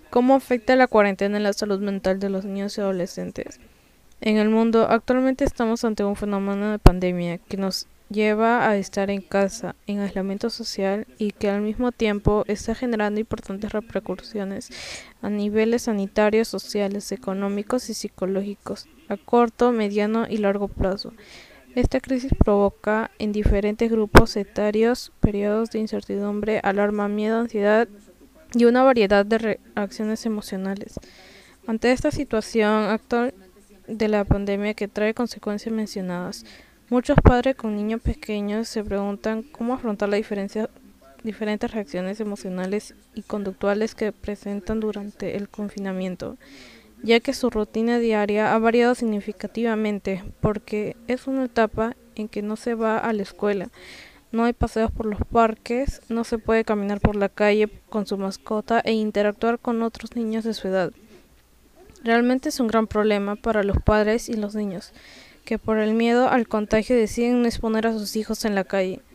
¿Cómo afecta la cuarentena en la salud mental de los niños y adolescentes? En el mundo, actualmente estamos ante un fenómeno de pandemia que nos lleva a estar en casa, en aislamiento social y que al mismo tiempo está generando importantes repercusiones a niveles sanitarios, sociales, económicos y psicológicos a corto, mediano y largo plazo. Esta crisis provoca en diferentes grupos etarios periodos de incertidumbre, alarma, miedo, ansiedad y una variedad de reacciones emocionales. Ante esta situación actual de la pandemia que trae consecuencias mencionadas, muchos padres con niños pequeños se preguntan cómo afrontar las diferentes reacciones emocionales y conductuales que presentan durante el confinamiento, ya que su rutina diaria ha variado significativamente porque es una etapa en que no se va a la escuela, no hay paseos por los parques, no se puede caminar por la calle con su mascota e interactuar con otros niños de su edad. Realmente es un gran problema para los padres y los niños, que por el miedo al contagio deciden no exponer a sus hijos en la calle.